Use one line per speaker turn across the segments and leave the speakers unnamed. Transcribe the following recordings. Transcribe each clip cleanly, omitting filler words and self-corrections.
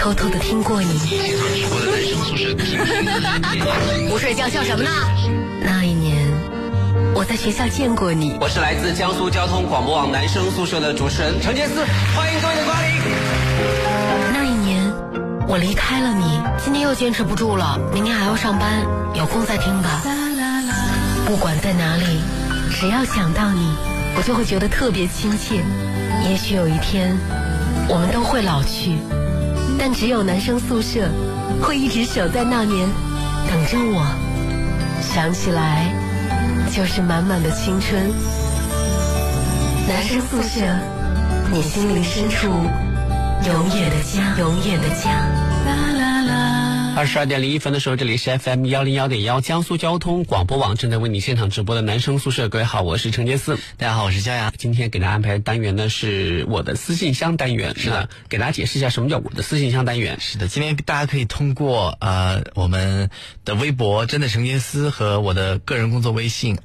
偷偷的听过你。
现场直播的男生宿舍
不睡觉笑什么呢？那一年我在学校见过你。
我是来自江苏交通广播网男生宿舍的主持人陈杰斯，欢迎各位的光临。
那一年我离开了你，今天又坚持不住了，明天还要上班，有空再听吧。不管在哪里，只要想到你，我就会觉得特别亲切。也许有一天我们都会老去，但只有男生宿舍会一直守在那年等着我，想起来就是满满的青春。男生宿舍，你心灵深处永远的家，永远的家。啦啦啦。
22点01分的时候，这里是 FM 101.1江苏交通广播网正在为你现场直播的男生宿舍。各位好，我是陈杰斯。
大家好，我是焦阳。
今天给大家安排的单元呢是我的私信箱单元。
是的，
给大家解释一下什么叫我的私信箱单元。
是的，今天大家可以通过我们的微博真的陈杰斯和我的个人工作微信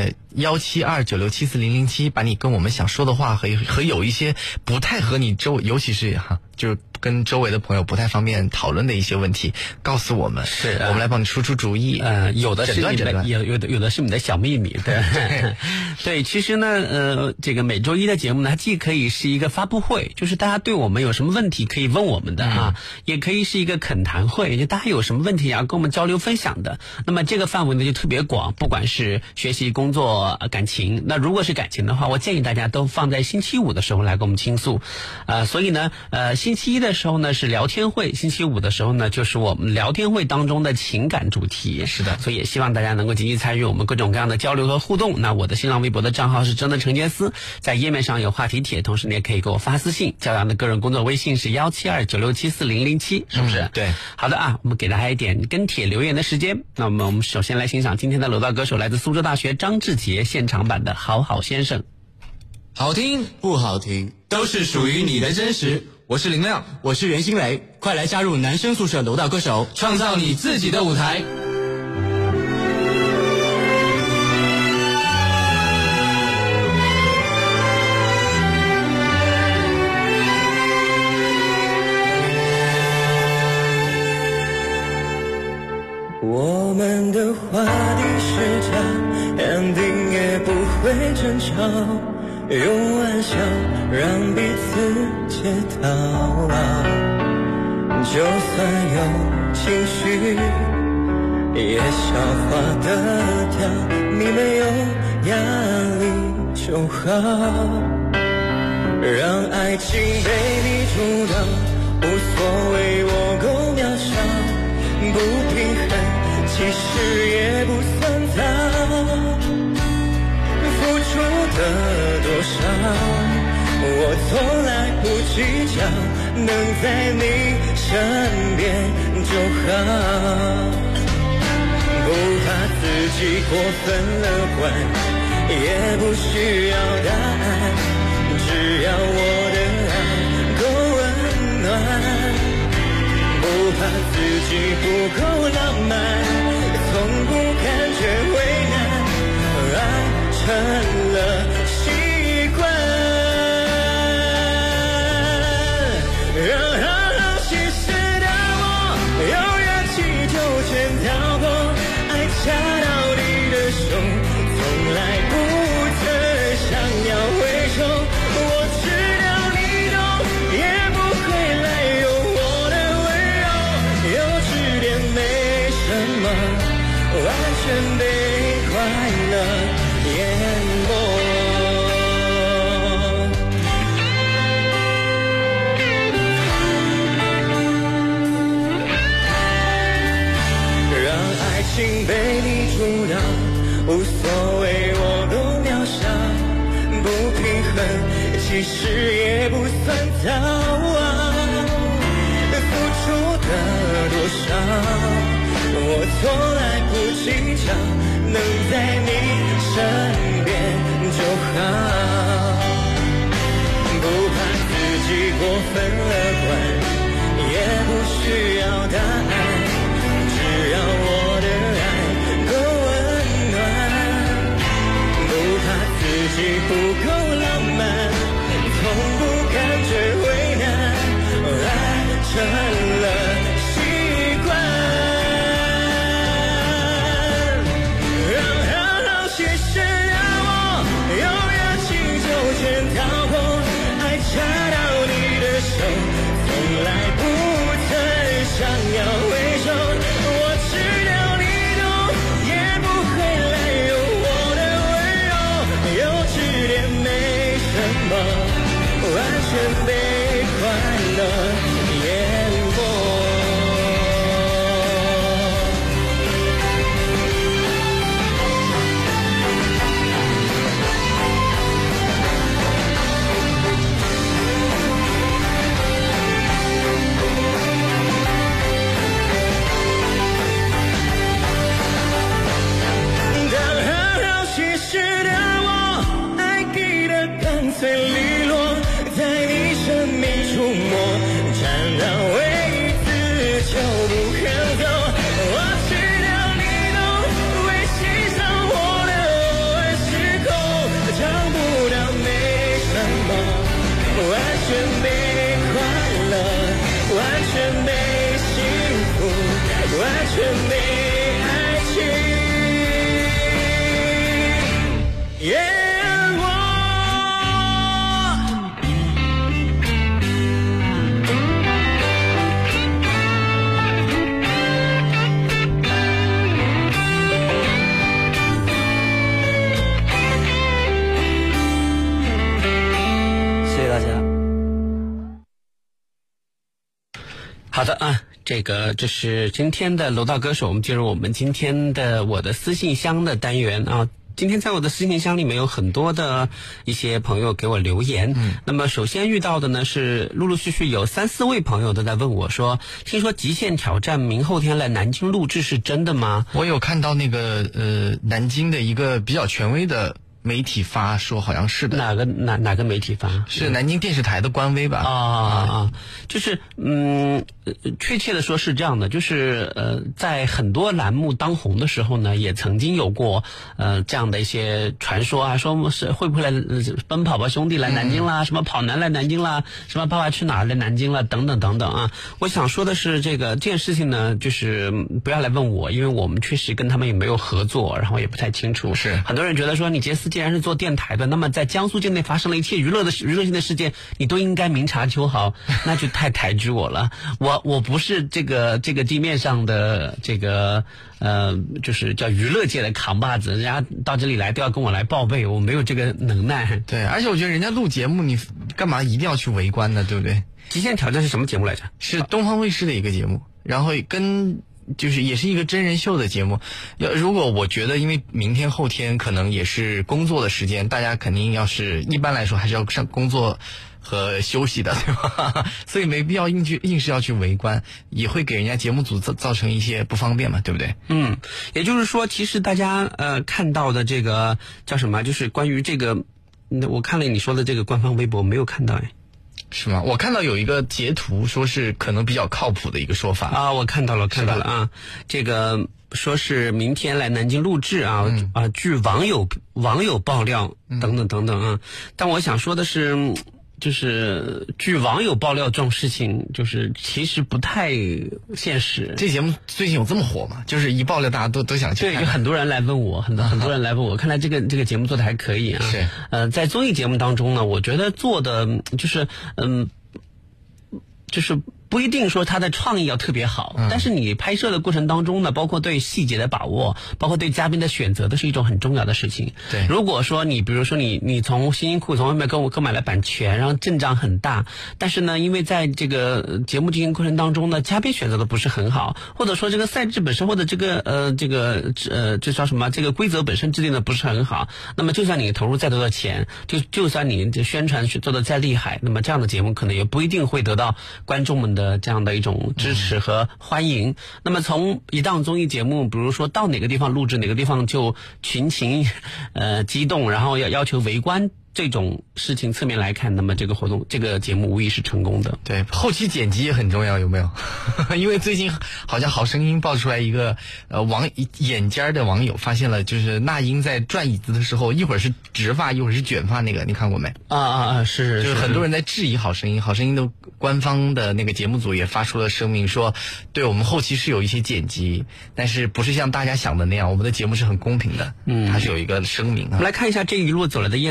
17296740007，把你跟我们想说的话和有一些不太和你尤其是就是跟周围的朋友不太方便讨论的一些问题，告诉我们，
是
我们来帮你出主意。
有的是你的，有的是你的小秘密，对对。其实呢，这个每周一的节目呢，它既可以是一个发布会，就是大家对我们有什么问题可以问我们的也可以是一个恳谈会，就大家有什么问题跟我们交流分享的。那么这个范围呢就特别广，不管是学习、工作、感情。那如果是感情的话，我建议大家都放在星期五的时候来跟我们倾诉。所以呢，星期一的时候呢是聊天会，星期五的时候呢就是我们聊天会当中的情感主题。
是的，
所以也希望大家能够积极参与我们各种各样的交流和互动。那我的新浪微博的账号是真的陈杰斯，在页面上有话题帖，同时你也可以给我发私信。焦阳的个人工作微信是17296740007，是不是？
对。
好的我们给大家一点跟帖留言的时间。那么我们首先来欣赏今天的楼道歌手，来自苏州大学张志杰现场版的《好好先生》。
好听不好听，都是属于你的真实。我是林亮，我是袁新雷，快来加入男生宿舍楼道歌手，创造你自己的舞台。
我们的话题是假 ending 也不会争吵，用玩笑让彼此解套，就算有情绪也消化得掉，你没有压力就好，让爱情被你主导，无所谓我够渺小，不平衡其实也不算糟，付出的多少我从来不计较，能在你身边就好，不怕自己过分乐观，也不需要答案，只要我的爱够温暖，不怕自己不够浪漫，从不感觉为难，爱成了习惯，让好好心事的我有勇气就全跳过，爱掐到你的手从来不曾想要回首，我知道你懂，也不会来有我的温柔，幼稚点没什么，完全被快乐淹没，让爱情被你主导，无所谓我够渺小，不平衡其实也不算糟，付出的多少我从来不计较，能在你身边就好，不怕自己过分乐观，也不需要答案，只要我的爱够温暖，不怕自己不够浪漫，从不感觉为难，爱成了全被快乐淹没。最利落，在你生命出没，缠绕为自就不肯走。我知道你懂，为欣赏我的偶尔失控，找不到没什么，完全被快乐，完全被幸福，完全被爱情。Yeah。
好的啊，这是今天的楼道歌手，我们进入我们今天的我的私信箱的单元啊。今天在我的私信箱里面有很多的一些朋友给我留言，那么首先遇到的呢是陆陆续续有3、4位朋友都在问我说，听说极限挑战明后天来南京录制是真的吗？
我有看到那个南京的一个比较权威的媒体发说好像是的。
哪个媒体发？
是南京电视台的官微吧？
就是确切的说是这样的，就是在很多栏目当红的时候呢，也曾经有过这样的一些传说啊，说是会不会来奔跑吧兄弟来南京啦，什么跑男来南京啦，什么爸爸去哪儿来南京啦，等等等等啊。我想说的是这件事情呢，就是不要来问我，因为我们确实跟他们也没有合作，然后也不太清楚。
是
很多人觉得说你杰斯既然是做电台的，那么在江苏境内发生了一切娱乐性的事件，你都应该明察秋毫，那就太抬举我了。我不是这个地面上的就是叫娱乐界的扛把子，人家到这里来都要跟我来报备，我没有这个能耐。
对，而且我觉得人家录节目，你干嘛一定要去围观呢？对不对？
极限挑战是什么节目来着？
是东方卫视的一个节目，然后就是也是一个真人秀的节目。如果我觉得，因为明天后天可能也是工作的时间，大家肯定一般来说还是要上工作和休息的，对吧？所以没必要硬是要去围观，也会给人家节目组造成一些不方便嘛，对不对？
也就是说，其实大家看到的这个叫什么，就是关于这个，我看了你说的这个官方微博，没有看到哎。
是吗？我看到有一个截图，说是可能比较靠谱的一个说法
啊，我看到了啊，这个说是明天来南京录制啊，据网友爆料等等等等啊，但我想说的是，就是据网友爆料这种事情，就是其实不太现实。
这节目最近有这么火吗？就是一爆料大家都想去看。
对，就很多人来问我，很多人来问我，看来这个节目做的还可以啊。
是，
在综艺节目当中呢，我觉得做的就是就是不一定说他的创意要特别好，但是你拍摄的过程当中呢，包括对细节的把握，包括对嘉宾的选择，都是一种很重要的事情。
对，
如果说你比如说你从辛辛苦从外面购买了版权，然后阵仗很大，但是呢，因为在这个节目进行过程当中呢，嘉宾选择的不是很好，或者说这个赛制本身或者这叫什么，这个规则本身制定的不是很好，那么就算你投入再多的钱，就算你这宣传做的再厉害，那么这样的节目可能也不一定会得到观众们的这样的一种支持和欢迎。那么从一档综艺节目，比如说到哪个地方录制，哪个地方就群情激动，然后要求围观，这种事情侧面来看，那么这个活动这个节目无疑是成功的。
对，后期剪辑也很重要，有没有？因为最近好像好声音爆出来一个眼尖的网友发现了，就是那英在转椅子的时候，一会儿是直发，一会儿是卷发，那个你看过没？
是，
就是很多人在质疑好声音，好声音的官方的那个节目组也发出了声明说，对，我们后期是有一些剪辑，但是不是像大家想的那样，我们的节目是很公平的。它是有一个声明啊。
我们来看一下这一路走来的燕子给我留言。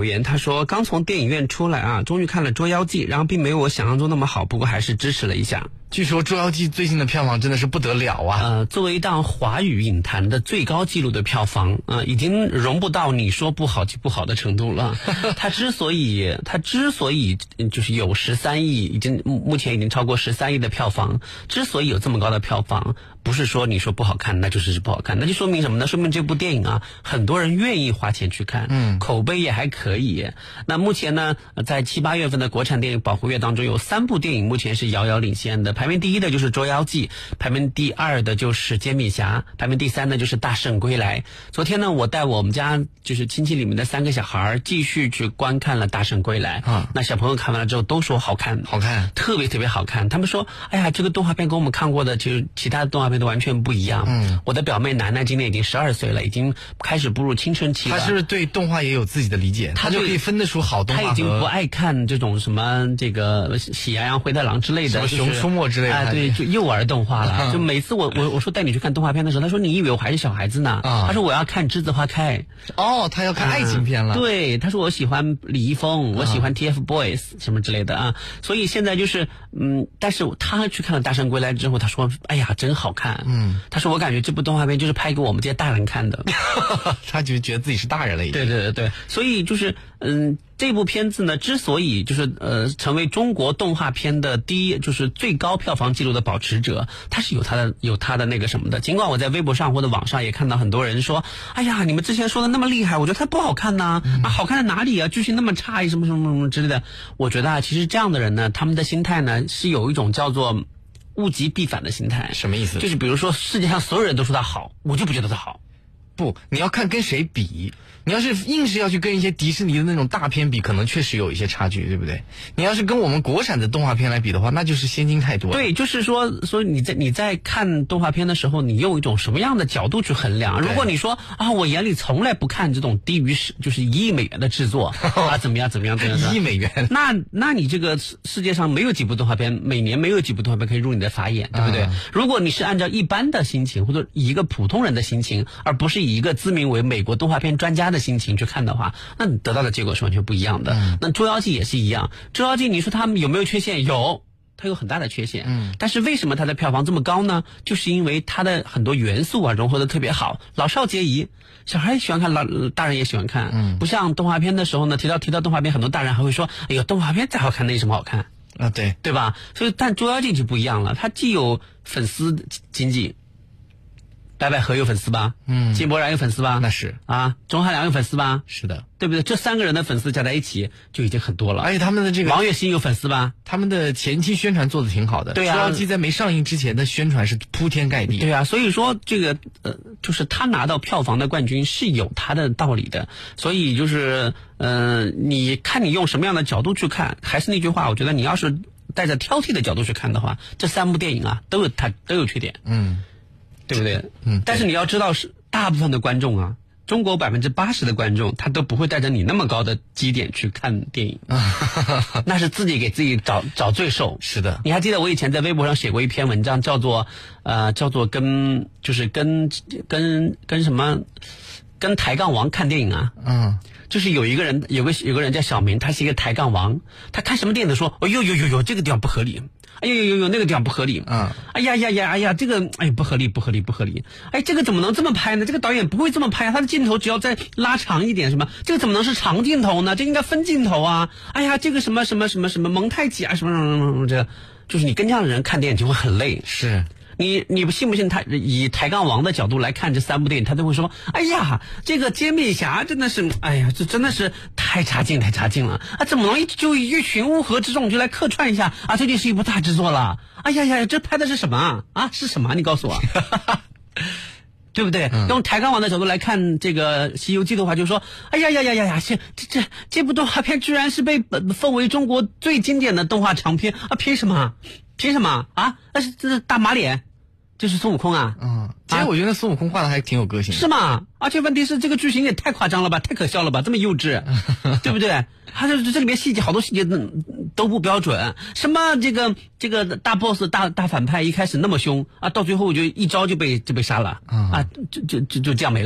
言，他说刚从电影院出来啊，终于看了《捉妖记》，然后并没有我想象中那么好，不过还是支持了一下。
据说《捉妖记》最近的票房真的是不得了啊！
作为一档华语影坛的最高纪录的票房已经容不到你说不好就不好的程度了。它之所以就是有13亿，目前已经超过13亿的票房，之所以有这么高的票房，不是说你说不好看那就是不好看，那就说明什么呢？说明这部电影啊，很多人愿意花钱去看，口碑也还可以。那目前呢，在7、8月份的国产电影保护月当中，有3部电影目前是遥遥领先的。排名第1的就是《捉妖记》，排名第2的就是《煎饼侠》，排名第3的就是《大圣归来》。昨天呢，我带我们家就是亲戚里面的3个小孩继续去观看了《大圣归来》。那小朋友看完了之后都说好看，特别特别好看。他们说，哎呀，这个动画片跟我们看过的其他的动画片都完全不一样。我的表妹楠楠今年已经12岁了，已经开始步入青春期了。
她是不是对动画也有自己的理解？她就可以分得出好动画。
她已经不爱看这种什么这个喜羊羊、灰太狼之类的，
什么熊出没之类的。
对，就幼儿动画了。就每次我说带你去看动画片的时候，他说你以为我还是小孩子呢？他说我要看栀子花开。
他要看爱情片了。
对，他说我喜欢李易峰，我喜欢 TFBOYS 什么之类的啊。所以现在就是但是他去看了《大圣归来》之后，他说哎呀真好看。他说我感觉这部动画片就是拍给我们这些大人看的。
他就觉得自己是大人了已经。
对，所以就是这部片子呢，之所以就是成为中国动画片的就是最高票房纪录的保持者，它是有它的那个什么的。尽管我在微博上或者网上也看到很多人说，哎呀，你们之前说的那么厉害，我觉得它不好看呐，好看在哪里啊？剧情那么差，什么什么什么之类的。我觉得其实这样的人呢，他们的心态呢是有一种叫做物极必反的心态。
什么意思？
就是比如说世界上所有人都说它好，我就不觉得它好。
不，你要看跟谁比。你要是硬是要去跟一些迪士尼的那种大片比，可能确实有一些差距，对不对？你要是跟我们国产的动画片来比的话，那就是先进太多了。
对，就是说你在看动画片的时候，你用一种什么样的角度去衡量？如果你说我眼里从来不看这种低于就是1亿美元的制作怎么样
1亿美元，
那你这个世界上没有几部动画片，每年没有几部动画片可以入你的法眼，对不对？如果你是按照一般的心情或者以一个普通人的心情，而不是以一个自名为美国动画片专家的心情去看的话，那你得到的结果是完全不一样的。那《捉妖记》也是一样，《捉妖记》你说他们有没有缺陷？有，它有很大的缺陷。但是为什么它的票房这么高呢？就是因为它的很多元素融合的特别好，老少皆宜，小孩喜欢看，大人也喜欢看。不像动画片的时候呢，提到动画片，很多大人还会说，哎呦，动画片再好看，那有什么好看
啊？
对吧？所以但《捉妖记》就不一样了，它既有粉丝经济。白百合有粉丝吧？金博然有粉丝吧？
那是
啊，钟汉良有粉丝吧？
是的，
对不对？这3个人的粉丝加在一起就已经很多了。
而且他们的这个
王栎鑫有粉丝吧？
他们的前期宣传做得挺好的。
对啊，
捉妖记在没上映之前的宣传是铺天盖地。
对啊，所以说这个就是他拿到票房的冠军是有他的道理的。所以就是你看你用什么样的角度去看，还是那句话，我觉得你要是带着挑剔的角度去看的话，这3部电影啊都有缺点。对不对？但是你要知道，是大部分的观众啊，中国80%的观众，他都不会带着你那么高的基点去看电影，那是自己给自己找罪受。
是的，
你还记得我以前在微博上写过一篇文章，叫做跟什么跟抬杠王看电影啊？就是有一个人有个人叫小明，他是一个抬杠王，他看什么电影都说，哦呦这个地方不合理。哎呦那个地方不合理。哎呀，这个不合理。哎，这个怎么能这么拍呢？这个导演不会这么拍啊，他的镜头只要再拉长一点，什么这个怎么能是长镜头呢？这应该分镜头啊！哎呀，这个什么蒙太奇啊，什么这，就是你跟这样的人看电影就会很累。
是。
你不信他以抬杠王的角度来看这3部电影，他都会说，哎呀，这个煎饼侠真的是，哎呀，这真的是太差劲了啊！怎么能就一群乌合之众就来客串一下啊？这就是一部大制作了。哎呀，这拍的是什么啊？是什么？你告诉我。对不对？用抬杠王的角度来看这个《西游记》的话，就说，哎呀，这部动画片居然是被奉为中国最经典的动画长片啊！凭什么啊？这是大马脸，这是孙悟空啊！
其实我觉得孙悟空画的还挺有个性的。
是吗？而且问题是这个剧情也太夸张了吧，太可笑了吧，这么幼稚，对不对？他这里面细节好多细节都不标准，什么这个大 boss 大反派一开始那么凶啊，到最后就一招就被杀了就这样没了。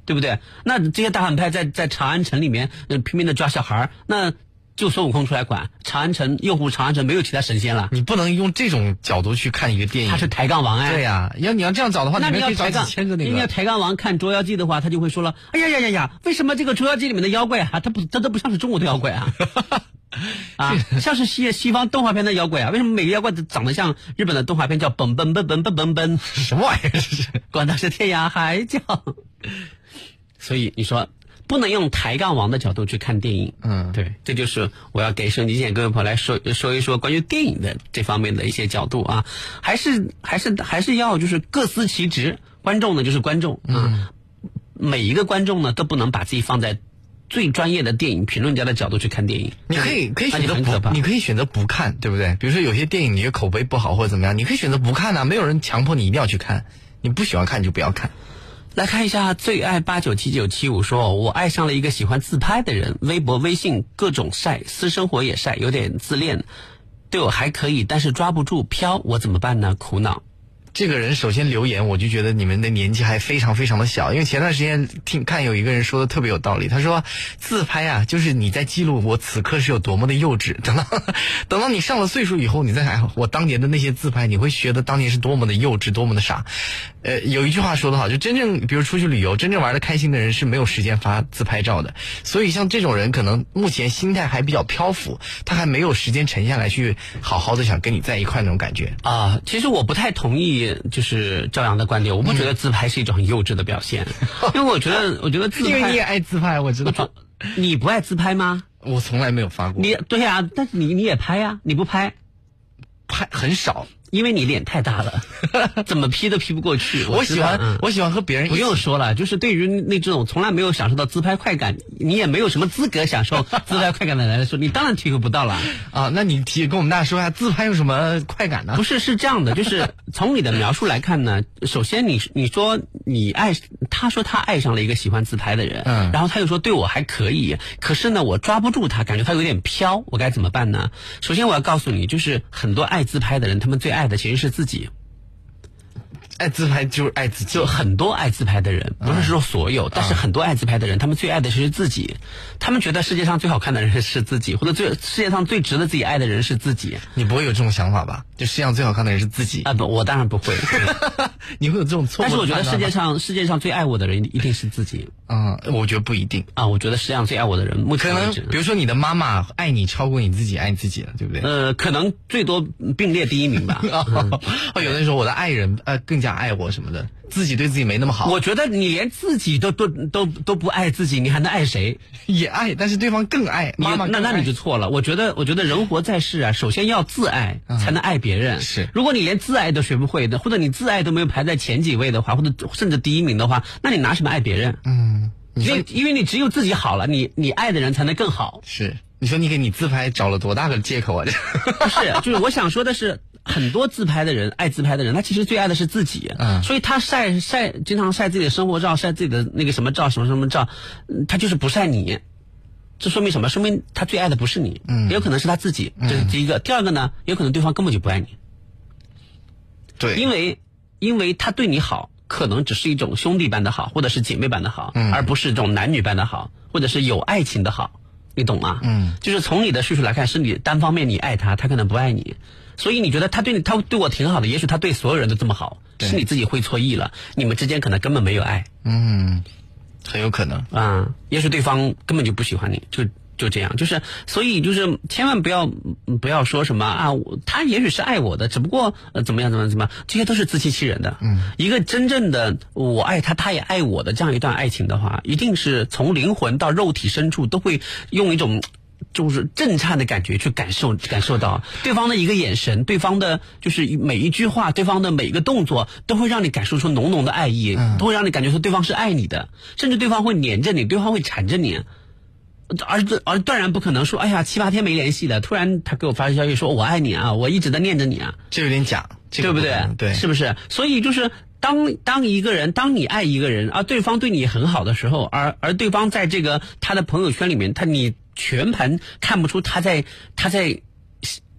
对不对？那这些大反派在长安城里面拼命的抓小孩，那就孙悟空出来管。长安城右护长安城没有其他神仙了。
你不能用这种角度去看一个电影。
他是抬杠王哎。
对呀，你要这样找的话，
那
你要找几千个那个。
你要抬杠王看捉妖记的话，他就会说了，哎呀，为什么这个捉妖记里面的妖怪啊，它都不像是中国的妖怪啊？啊，像是西方动画片的妖怪啊？为什么每个妖怪都长得像日本的动画片叫蹦蹦蹦蹦蹦蹦蹦？
什么玩意儿？
管他是天涯海角。所以你说不能用抬杠王的角度去看电影。对，这就是我要给收音机前各位朋友来说一说关于电影的这方面的一些角度啊，还是要就是各司其职。观众呢就是观众啊，每一个观众呢都不能把自己放在最专业的电影评论家的角度去看电影。
你可以选择不，你可以选择不看，对不对？比如说有些电影你的口碑不好或者怎么样，你可以选择不看啊，没有人强迫你一定要去看，你不喜欢看你就不要看。
来看一下最爱897975说，我爱上了一个喜欢自拍的人，微博微信各种晒，私生活也晒，有点自恋，对我还可以，但是抓不住飘，我怎么办呢？苦恼。
这个人首先留言，我就觉得你们的年纪还非常非常的小，因为前段时间看有一个人说的特别有道理，他说自拍啊，就是你在记录我此刻是有多么的幼稚，等到你上了岁数以后，你再看我当年的那些自拍，你会觉得当年是多么的幼稚，多么的傻。有一句话说得好，就真正比如出去旅游，真正玩得开心的人是没有时间发自拍照的，所以像这种人可能目前心态还比较漂浮，他还没有时间沉下来去好好的想跟你在一块那种感觉
啊。其实我不太同意就是赵阳的观点，我不觉得自拍是一种很幼稚的表现，因为我觉得自拍，
因为你也爱自拍，我知道。
你不爱自拍吗？
我从来没有发过。
对呀，但是你也拍呀，你不拍
很少。
因为你脸太大了，怎么 P 都 P 不过去。
我喜欢和别人
不用说了，就是对于那种从来没有享受到自拍快感，你也没有什么资格享受自拍快感的人来说，你当然体会不到了
啊。那你跟我们大家说一下自拍有什么快感呢？
不是，是这样的，就是从你的描述来看呢，首先你说他说他爱上了一个喜欢自拍的人，然后他又说对我还可以，可是呢我抓不住他，感觉他有点飘，我该怎么办呢？首先我要告诉你，就是很多爱自拍的人，他们最爱的其实是自己。
爱自拍就是爱自己，
就很多爱自拍的人，不是说所有，但是很多爱自拍的人，他们最爱的是自己，他们觉得世界上最好看的人是自己，或者世界上最值得自己爱的人是自己。
你不会有这种想法吧？就世界上最好看的人是自己
啊？不，我当然不会。
你会有这种错误？
但是我觉得世界上最爱我的人一定是自己。
我觉得不一定
啊。我觉得世界上最爱我的人，目前为止，
比如说你的妈妈爱你超过你自己爱自己了，对不对？
可能最多并列第一名吧。
有的人说我的爱人更加爱我什么的，自己对自己没那么好。
我觉得你连自己都不爱自己，你还能爱谁？
也爱，但是对方更爱。妈妈
那你就错了。我觉得人活在世啊，首先要自爱，才能爱别人。
是，
如果你连自爱都学不会的，或者你自爱都没有排在前几位的话，或者甚至第一名的话，那你拿什么爱别人？因为你只有自己好了，你爱的人才能更好。
是，你说你给你自拍找了多大个借口啊？
不是，就是我想说的是，很多自拍的人，爱自拍的人，他其实最爱的是自己。所以他经常晒自己的生活照，晒自己的那个什么照，什么照，他就是不晒你。这说明什么？说明他最爱的不是你，也有可能是他自己。这是第一个。第二个呢，有可能对方根本就不爱你。
对，
因为他对你好，可能只是一种兄弟般的好，或者是姐妹般的好，而不是这种男女般的好，或者是有爱情的好，你懂吗？就是从你的叙述来看，是你单方面你爱他，他可能不爱你，所以你觉得他对我挺好的，也许他对所有人都这么好，是你自己会错意了，你们之间可能根本没有爱。
很有可能
也许对方根本就不喜欢你，就这样，所以千万不要说什么他也许是爱我的，只不过怎么样，这些都是自欺欺人的。一个真正的我爱他，他也爱我的这样一段爱情的话，一定是从灵魂到肉体深处都会用一种就是震颤的感觉去感受到对方的一个眼神，对方的就是每一句话，对方的每一个动作，都会让你感受出浓浓的爱意，都会让你感觉说对方是爱你的，甚至对方会黏着你，对方会缠着你。而断然不可能说，哎呀7-8天没联系了，突然他给我发消息说我爱你啊，我一直在念着你啊，
这有点假，
对不对？
对，
是不是？所以就是当你爱一个人，而对方对你很好的时候，而对方在这个他的朋友圈里面，你全盘看不出他在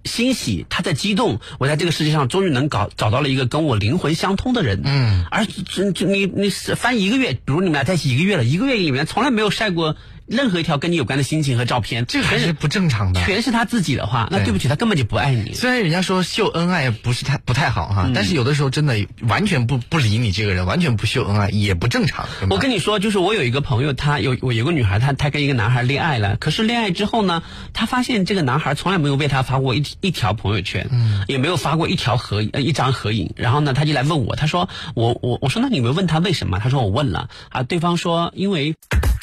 欣喜，他在激动，我在这个世界上终于能找到了一个跟我灵魂相通的人。而你翻1个月，比如你们俩在一起1个月了，1个月里面从来没有晒过任何一条跟你有关的心情和照片，
这个还是不正常的。
全是他自己的话，那对不起，他根本就不爱你。
虽然人家说秀恩爱不太好哈，但是有的时候真的完全不理你这个人，完全不秀恩爱也不正常。
我跟你说，就是我有一个朋友，我有个女孩，她跟一个男孩恋爱了，可是恋爱之后呢，她发现这个男孩从来没有为她发过一条朋友圈，也没有发过一张合影。然后呢，他就来问我，他说我说那你没问他为什么？他说我问了啊，对方说因为。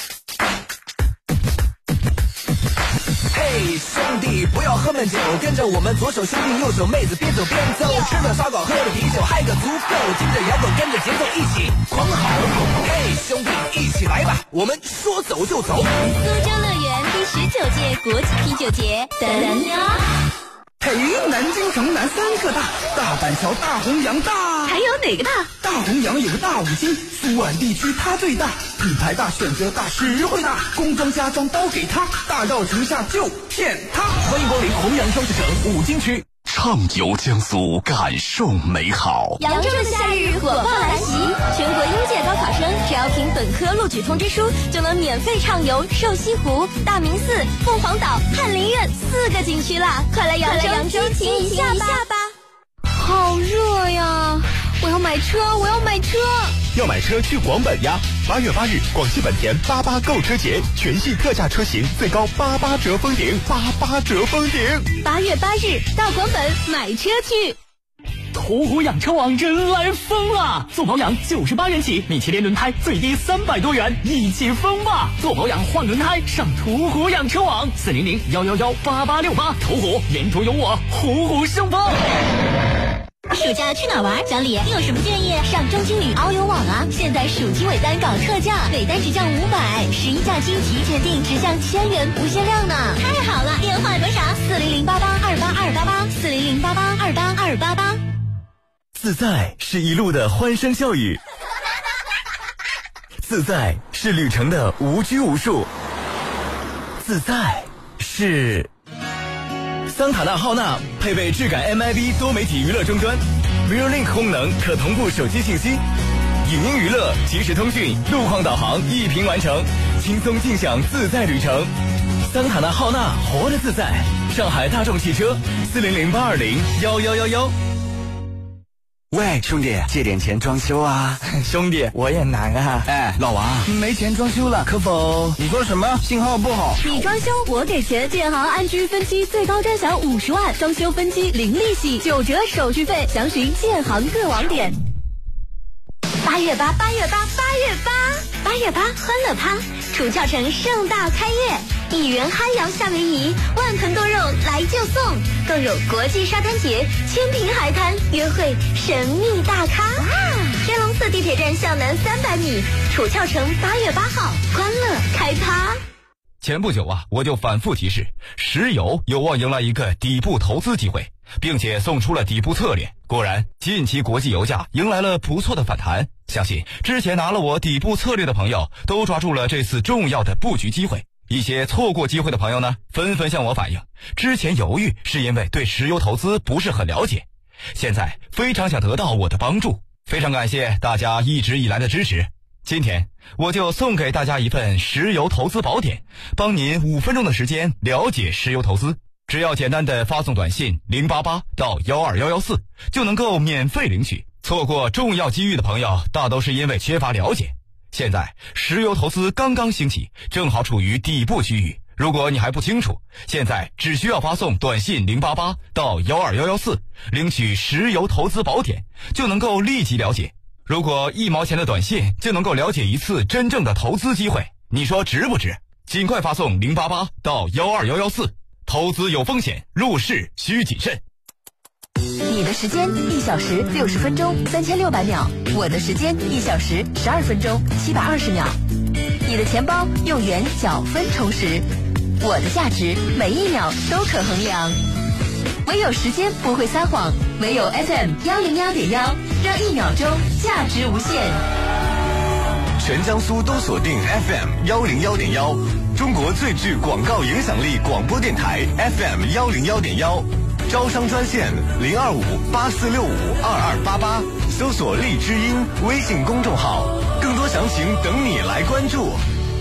嘿，兄弟，不要喝闷酒，跟着我们左手兄弟，右手妹子，边走边走，吃了烧烤，喝了啤酒，嗨个足够，听着摇滚，跟着节奏一起狂吼。嘿，兄弟，一起来吧，我们说走就走。
苏州乐园第19届国际啤酒节，等你哦。
嘿，南京城南3个大，大板桥、大红洋大，
还有哪个大？
大红洋有个大5金，苏皖地区它最大，品牌大，选择大，实惠大，工装家装都给它，大到城下就骗它。欢迎光临红洋装饰城5金区。
畅游江苏，感受美好。
扬州的夏日火爆来袭，全国应届高考生只要凭本科录取通知书，就能免费畅游瘦西湖、大明寺、凤凰岛、翰林院4个景区啦！快来扬州激情一下吧！好热呀！我要买车！
要买车去广本呀！8月8日，广汽本田88购车节，全系特价车型最高88折封顶，88折封顶。
8月8日到广本买车去。
途虎养车网人来疯了，做保养98元起，米其林轮胎最低300多元，一起疯吧！做保养换轮胎上途虎养车网，400-111-8868，途虎沿途有我，虎虎生风。
暑假去哪玩？小李，你有什么建议？上中青旅遨游网啊！现在暑期尾单搞特价，尾单只降500，11假期提前订只降1000元，不限量呢！太好了！电话多少？40088282288，40088282888。
自在是一路的欢声笑语，自在是旅程的无拘无束，自在是桑塔纳浩纳配备质感 MIB 多媒体娱乐终端 ，RealLink 功能可同步手机信息，影音娱乐、即时通讯、路况导航一屏完成，轻松尽享自在旅程。桑塔纳浩纳活得自在，上海大众汽车400-820-1111。
喂，兄弟，借点钱装修啊！
兄弟，我也难啊！
哎，老王，没钱装修了，可否？
你说什么？信号不好。
你装修我给钱，建行安居分期最高专享50万，装修分期零利息，9折手续费，详询建行各网点。8月8，欢乐趴，楚翘城盛大开业，1元嗨摇夏威夷，1盆多肉来就送，更有国际沙滩节、千坪海滩约会神秘大咖。天龙寺地铁站向南300米，楚翘城8月8号欢乐开趴。
前不久啊，我就反复提示，石油有望迎来一个底部投资机会，并且送出了底部策略。果然，近期国际油价迎来了不错的反弹，相信之前拿了我底部策略的朋友都抓住了这次重要的布局机会。一些错过机会的朋友呢，纷纷向我反映，之前犹豫是因为对石油投资不是很了解，现在非常想得到我的帮助。非常感谢大家一直以来的支持。今天我就送给大家一份石油投资宝典，帮您5分钟的时间了解石油投资。只要简单的发送短信088到12114，就能够免费领取。错过重要机遇的朋友，大都是因为缺乏了解。现在石油投资刚刚兴起，正好处于底部区域。如果你还不清楚，现在只需要发送短信088到12114，领取石油投资宝典，就能够立即了解。如果1毛钱的短信就能够了解一次真正的投资机会，你说值不值？尽快发送088到12114，投资有风险，入市需谨慎。
你的时间1小时60分钟3600秒，我的时间1小时12分钟720秒。你的钱包用元缴分充实，我的价值每1秒都可衡量。唯有时间不会撒谎，唯有 FM 101.1，让1秒钟价值无限。
全江苏都锁定 FM 101.1，中国最具广告影响力广播电台 FM 101.1。
招商专线02584652288，搜索荔枝音微信公众号，更多详情等你来关注。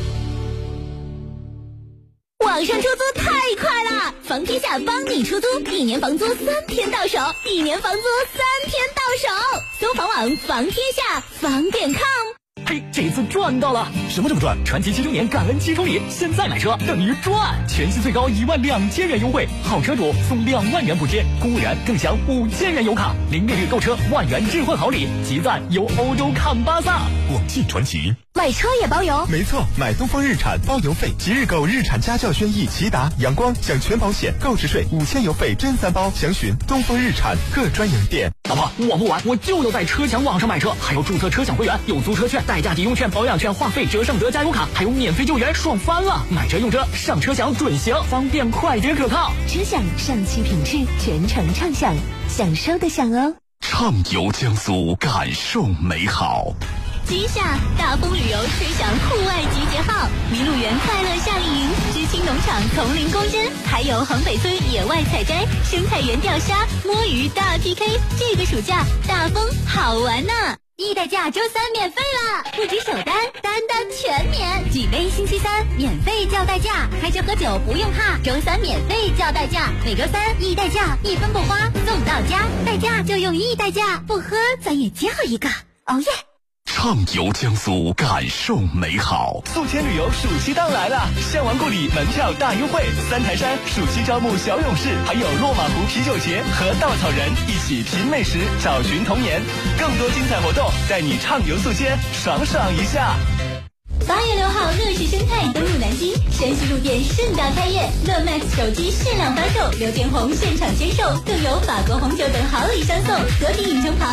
网上出租太快了，房天下帮你出租，1年房租3天到手，1年房租3天到手。搜房网房天下房点 com。
嘿，这次赚到了！什么这么赚？传奇7周年感恩7周礼，现在买车等于赚！全系最高12000元优惠，好车主送2万元补贴，公务员更享5000元油卡，零利率购车，1万元置换好礼，集赞游欧洲看巴萨。
广汽传祺。
买车也包邮？
没错，买东风日产包邮费，即日购日产家轿轩逸、骐达、阳光，享全保险、购置税、5000油费真3包，详询东风日产各专营店。
老婆，我不玩，我就要在车享网上买车，还有注册车享会员，有租车券、代驾抵用券、保养券、话费折上得加油卡，还有免费救援，爽翻了！买车用车上车享准行，方便快捷可靠。
车享上汽品质，全程畅享，享受的享哦。
畅游江苏，感受美好。
今夏大风旅游吹响户外集结号，麋鹿园快乐夏令营、知青农场丛林公园，还有横北村野外采摘、生态园钓虾、摸鱼大 PK。这个暑假大风好玩呢！易代驾周3免费了，不止首单，单全免。举杯星期3免费叫代驾，开车喝酒不用怕，周3免费叫代驾，每周3易代驾1分不花送到家，代驾就用易代驾，不喝咱也叫一个，哦耶！
畅游江苏，感受美好。
宿迁旅游暑期档来了，项王故里门票大优惠，三台山暑期招募小勇士，还有落马湖啤酒节和稻草人一起品美食，找寻童年。更多精彩活动，带你畅游宿迁，爽爽一下。
8月6号，乐视生态登陆南京，山西路店盛大开业，乐 Max 手机限量发售，刘建宏现场签售，更有法国红酒等好礼相送。和平影城旁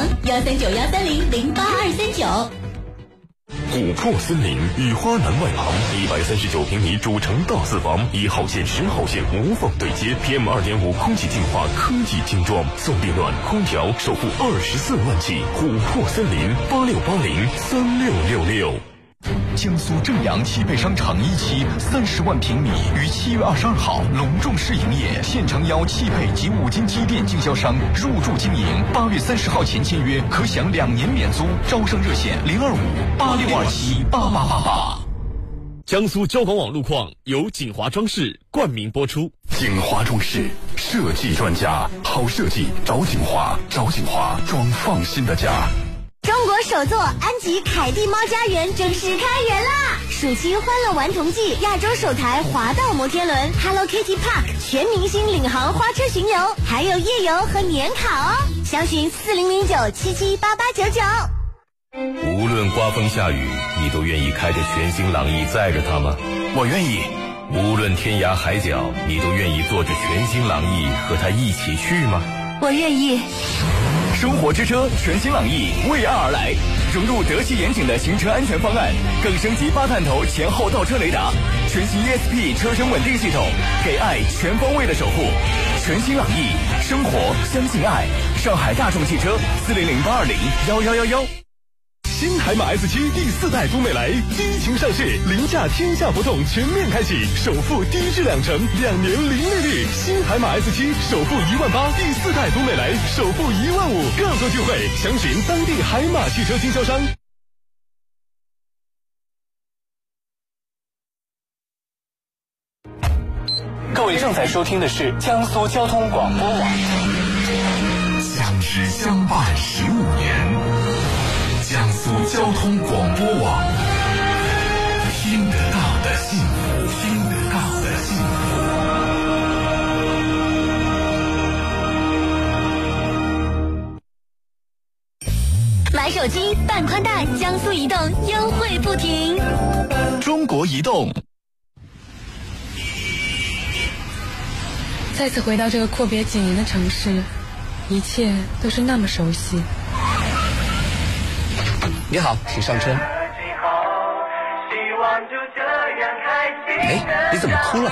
13913008239。
琥珀森林雨花南外旁139平米主城大4房，1号线、10号线无缝对接 ，PM2.5 空气净化科技精装，送电暖空调，首付24万起。琥珀森林86803666。
江苏正阳汽配商场1期30万平米于7月22号隆重试营业，现诚邀汽配及5金机电经销商入驻经营，8月30号前签约可享2年免租，招商热线02586278888。
江苏交广网路况由锦华装饰冠名播出。
锦华装饰设计专家，好设计找锦华，找锦华装放心的家。
中国首座安吉凯蒂猫家园正式开园啦！暑期欢乐玩童季，亚洲首台滑道摩天轮 Hello Kitty Park 全明星领航花车巡游，还有夜游和年卡哦！详询4009778899。
无论刮风下雨，你都愿意开着全新朗逸载着它吗？
我愿意。
无论天涯海角，你都愿意坐着全新朗逸和它一起去吗？
我愿意。
生活之车全新朗逸为爱而来，融入德系严谨的行车安全方案，更升级8探头前后倒车雷达，全新 ESP 车身稳定系统，给爱全方位的守护。全新朗逸，生活相信爱。上海大众汽车40082011111。
新海马 S7 第4代都美来激情上市，凌驾天下活动全面开启，首付低至2成，2年零利率。新海马 S7 首付18000，第4代都美来首付15000，更多机会详询当地海马汽车经销商。
各位正在收听的是江苏交通广播网。
相知相伴15年。江苏交通广播网，听得到的幸福，听得到的幸
福。买手机办宽带，江苏移动优惠不停。
中国移动。
再次回到这个阔别几年的城市，一切都是那么熟悉。
你好，请上车。哎，你怎么哭了？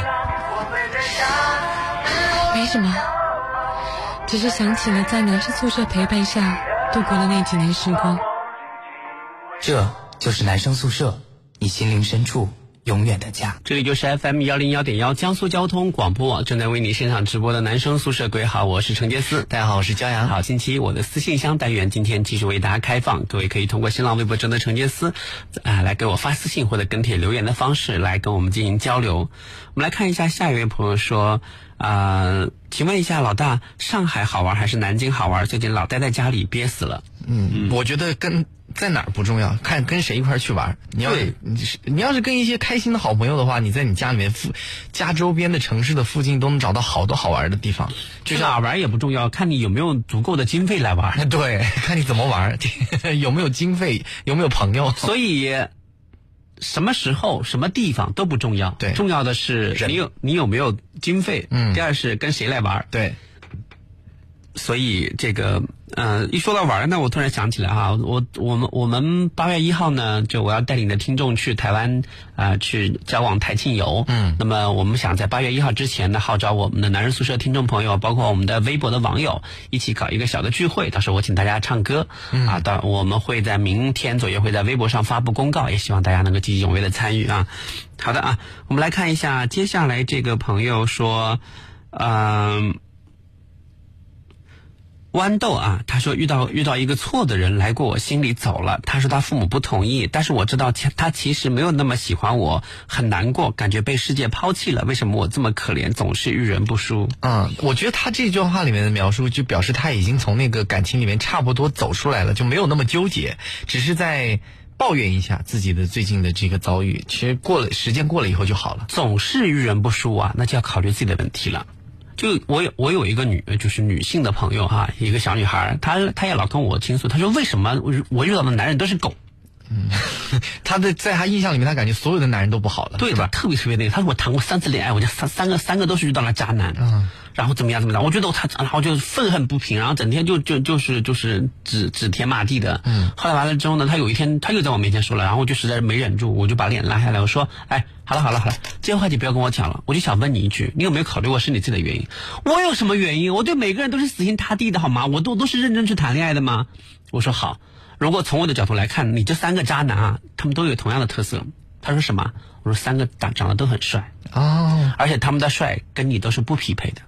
没什么，只是想起了在男生宿舍陪伴下度过的那几年时光。
这就是男生宿舍，你心灵深处
永远的家。
这里就是 FM101.1江苏交通广播网正在为你现场直播的男生宿舍。各位好，我是程杰思。
大家好，我是骄阳。
好，星期一我的私信箱单元今天继续为大家开放，各位可以通过新浪微博中的程杰思来给我发私信或者跟帖留言的方式来跟我们进行交流。我们来看一下下一位朋友说请问一下老大，上海好玩还是南京好玩？最近老待在家里憋死了。
我觉得在哪儿不重要，看跟谁一块去玩。你要是跟一些开心的好朋友的话，你在你家里面家周边的城市的附近都能找到好多好玩的地方。
就是哪玩也不重要，看你有没有足够的经费来玩。
对，看你怎么玩，有没有经费，有没有朋友。
所以什么时候什么地方都不重要，
对，
重要的是你有没有经费。第二是跟谁来玩。
对。
所以这个一说到玩呢，我突然想起来我们8月1号呢，就我要带领的听众去台湾去交往台庆游。那么我们想在8月1号之前呢，号召我们的男人宿舍听众朋友，包括我们的微博的网友一起搞一个小的聚会，到时候我请大家唱歌。我们会在明天左右会在微博上发布公告，也希望大家能够积极踊跃的参与啊。好的我们来看一下接下来这个朋友说豌豆他说遇到一个错的人来过我心里走了，他说他父母不同意，但是我知道他其实没有那么喜欢我，很难过，感觉被世界抛弃了，为什么我这么可怜，总是遇人不淑。
我觉得他这句话里面的描述就表示他已经从那个感情里面差不多走出来了，就没有那么纠结，只是在抱怨一下自己的最近的这个遭遇，其实时间过了以后就好了。
总是遇人不淑那就要考虑自己的问题了。就我有一个就是女性的朋友一个小女孩，她也老跟我倾诉，她说为什么我遇到的男人都是狗。
在他印象里面，他感觉所有的男人都不好了，
对吧？特别那个，他说我谈过3次恋爱，我就三个都是遇到了渣男。然后怎么样，我觉得然后就愤恨不平，然后整天就是指天骂地的。后来完了之后呢，他有一天他又在我面前说了，然后我就实在是没忍住，我就把脸拉下来，我说好了，这些话题不要跟我讲了，我就想问你一句，你有没有考虑过是你自己的原因？我有什么原因？我对每个人都是死心塌地的好吗？我都是认真去谈恋爱的吗？我说好，如果从我的角度来看，你这3个渣男他们都有同样的特色。他说什么？我说3个长得都很帅而且他们的帅跟你都是不匹配的。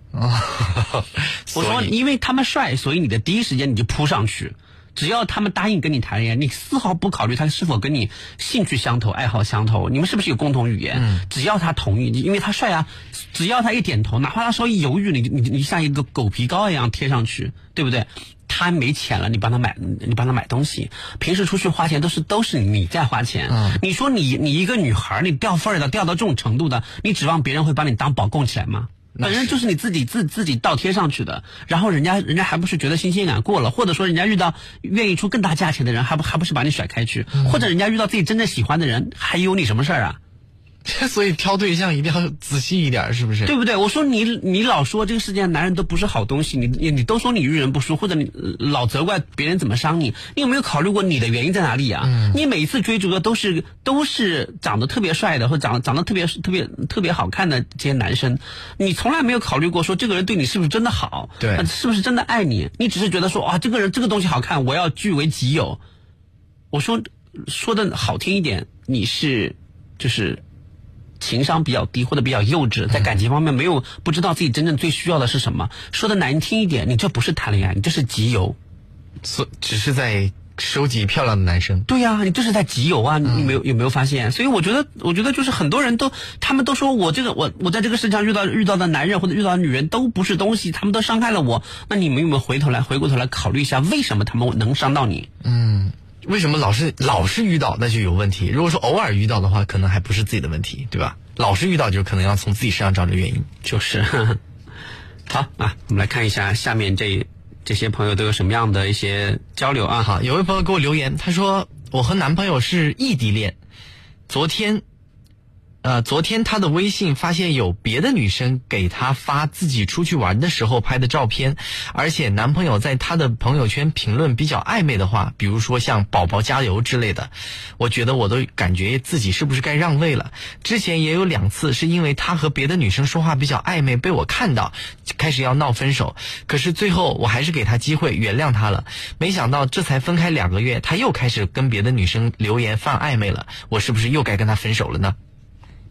我说因为他们帅，所以你的第一时间你就扑上去，只要他们答应跟你谈恋爱，你丝毫不考虑他是否跟你兴趣相投、爱好相投，你们是不是有共同语言。只要他同意，因为他帅只要他一点头，哪怕他稍微犹豫，你像一个狗皮膏一样贴上去，对不对？他没钱了，你帮他买东西，平时出去花钱都是你在花钱。你说你一个女孩，你掉份儿的掉到这种程度的，你指望别人会把你当宝供起来吗？本身就是你自己倒贴上去的，然后人家还不是觉得新鲜感过了，或者说人家遇到愿意出更大价钱的人，还不是把你甩开去，或者人家遇到自己真正喜欢的人，还有你什么事儿啊？
所以挑对象一定要仔细一点，是不是？
对不对？我说你老说这个世界上男人都不是好东西，你都说你遇人不淑，或者你老责怪别人怎么伤你，你有没有考虑过你的原因在哪里啊？你每一次追逐的都是长得特别帅的，或者长得特别好看的这些男生，你从来没有考虑过说这个人对你是不是真的好，
对，
是不是真的爱你？你只是觉得说这个人这个东西好看，我要据为己有。我说的好听一点，你是就是情商比较低或者比较幼稚，在感情方面不知道自己真正最需要的是什么。说的难听一点，你这不是谈恋爱，你这是集邮，
只是在收集漂亮的男生。
对呀，你这是在集邮啊！你有没有发现？所以我觉得就是很多人他们都说我在这个世界上遇到的男人或者遇到的女人都不是东西，他们都伤害了我。那你们有没有回过头来考虑一下，为什么他们能伤到你？
为什么老是遇到那就有问题？如果说偶尔遇到的话，可能还不是自己的问题，对吧？老是遇到就可能要从自己身上找着原因。
就是好我们来看一下下面这些朋友都有什么样的一些交流啊。
好，有位朋友给我留言，他说我和男朋友是异地恋，昨天他的微信发现有别的女生给他发自己出去玩的时候拍的照片，而且男朋友在他的朋友圈评论比较暧昧的话，比如说像宝宝加油之类的。我觉得我都感觉自己是不是该让位了。之前也有2次是因为他和别的女生说话比较暧昧被我看到，开始要闹分手，可是最后我还是给他机会原谅他了。没想到这才分开2个月，他又开始跟别的女生留言犯暧昧了，我是不是又该跟他分手了呢？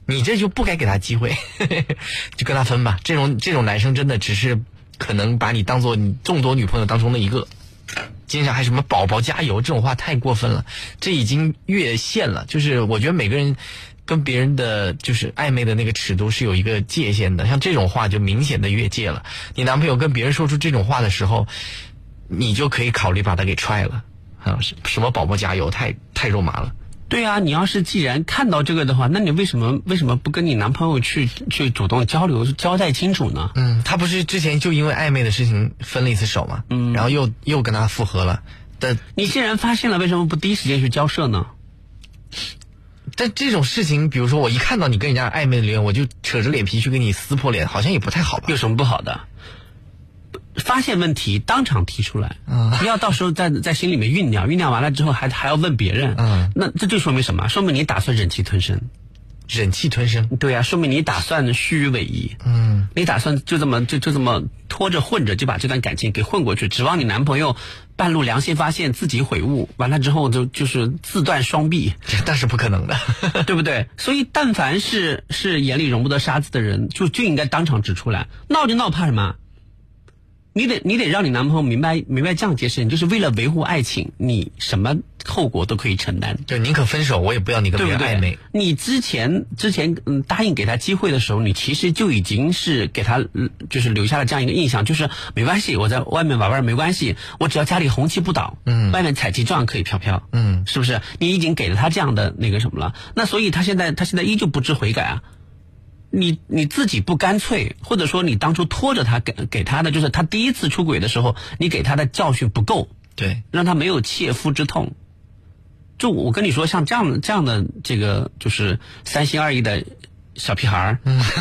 你这就不该给他机会，就跟他分吧。这种男生真的只是可能把你当做你众多女朋友当中的一个。经常还什么宝宝加油这种话太过分了，这已经越线了。就是我觉得每个人跟别人的就是暧昧的那个尺度是有一个界限的，像这种话就明显的越界了。你男朋友跟别人说出这种话的时候，你就可以考虑把他给踹了啊！什么宝宝加油，太肉麻了。
对啊，你要是既然看到这个的话，那你为什么不跟你男朋友去主动交流交代清楚呢？
他不是之前就因为暧昧的事情分了一次手吗？然后又跟他复合了。但
你既然发现了，为什么不第一时间去交涉呢？
但这种事情，比如说我一看到你跟人家暧昧的留言，我就扯着脸皮去跟你撕破脸，好像也不太好吧？
有什么不好的？发现问题当场提出来，不要到时候在心里面酝酿完了之后还要问别人，那这就说明什么？说明你打算忍气吞声。
忍气吞声，
对啊，说明你打算虚与委蛇。你打算就这么拖着混着就把这段感情给混过去，指望你男朋友半路良心发现自己悔悟，完了之后就是自断双臂，
那是不可能的，
对不对？所以但凡是眼里容不得沙子的人，就应该当场指出来，闹就闹，怕什么？你得让你男朋友明白这样一件事情，就是为了维护爱情，你什么后果都可以承担。
对，宁可分手，我也不要你跟别人暧昧。
你之前答应给他机会的时候，你其实就已经是给他就是留下了这样一个印象，就是没关系，我在外面玩没关系，我只要家里红旗不倒，外面彩旗照样可以飘飘，是不是？你已经给了他这样的那个什么了，那所以他现在依旧不知悔改啊。你自己不干脆，或者说你当初拖着他给他的，就是他第一次出轨的时候，你给他的教训不够，
对，
让他没有切肤之痛。就我跟你说，像这样的这个就是三心二意的小屁孩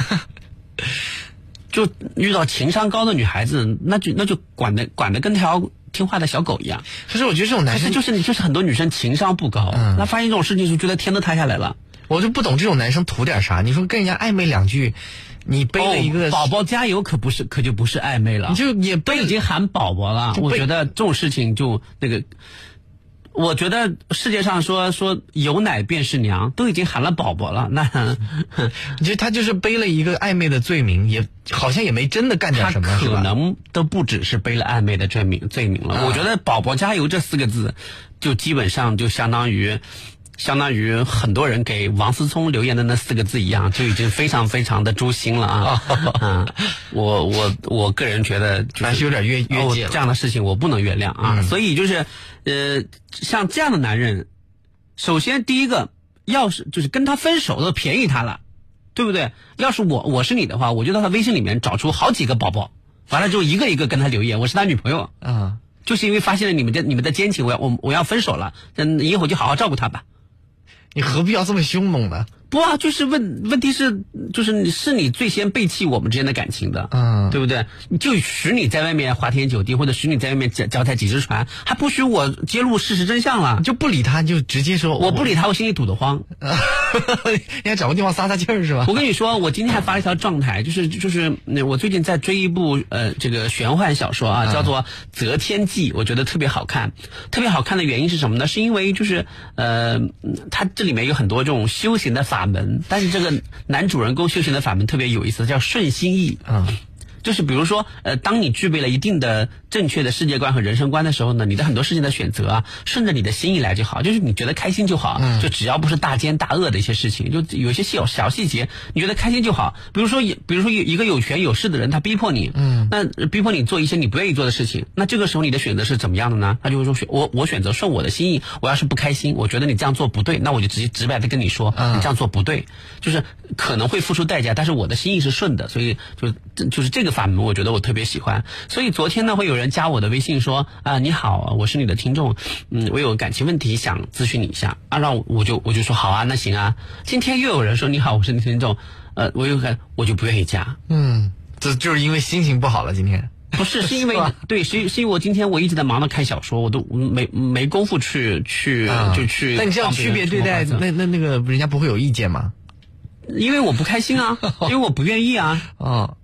就遇到情商高的女孩子，那就管得跟条听话的小狗一样。
可是我觉得这种男生
就是很多女生情商不高，那发现这种事情就觉得天都塌下来了。
我就不懂这种男生图点啥？你说跟人家暧昧两句，你背了一个
宝宝加油，可就不是暧昧了，
你就也
都已经喊宝宝了。我觉得这种事情就那个，我觉得世界上说有奶便是娘，都已经喊了宝宝了，那
你觉得他就是背了一个暧昧的罪名，也好像也没真的干点什么，
他可能都不只是背了暧昧的罪名了。我觉得宝宝加油这4个字，就基本上就相当于很多人给王思聪留言的那4个字一样，就已经非常非常的诛心了啊！我个人觉得
还是有点越界了，
这样的事情我不能原谅啊！所以就是像这样的男人，首先第一个，要是就是跟他分手都便宜他了，对不对？要是我是你的话，我就到他微信里面找出好几个宝宝，完了之后一个一个跟他留言，我是他女朋友啊，就是因为发现了你们的奸情，我要分手了，以后就好好照顾他吧。
你何必要这么凶猛呢？
不啊，就是问题是，就是你最先背弃我们之间的感情的，对不对？就许你在外面花天酒地，或者许你在外面脚踩几只船，还不许我揭露事实真相了？
就不理他，就直接说
我不理他，我心里堵得慌。
应该找个地方撒撒劲儿是吧？
我跟你说，我今天还发了一条状态，就是我最近在追一部这个玄幻小说啊，叫做《择天记》，我觉得特别好看。特别好看的原因是什么呢？是因为就是它这里面有很多这种修行的法门，但是这个男主人公修行的法门特别有意思，叫顺心意就是比如说当你具备了一定的正确的世界观和人生观的时候呢，你的很多事情的选择啊，顺着你的心意来就好，就是你觉得开心就好，就只要不是大奸大恶的一些事情，就有些小细节你觉得开心就好。比如说一个有权有势的人，他逼迫你，那逼迫你做一些你不愿意做的事情，那这个时候你的选择是怎么样的呢？他就会说我选择顺我的心意，我要是不开心，我觉得你这样做不对，那我就直白的跟你说，你这样做不对，就是可能会付出代价，但是我的心意是顺的，所以就是这个法门我觉得我特别喜欢。所以昨天呢会有人加我的微信说你好，我是你的听众，我有感情问题想咨询你一下啊，让我就说好啊，那行啊。今天又有人说你好，我是你的听众，我就不愿意加。
这就是因为心情不好了今天。
不是，是因为对，是因为我今天我一直在忙着看小说，我都没功夫去就去。
那你这样区别对待，那个人家不会有意见吗？
因为我不开心啊，因为我不愿意啊。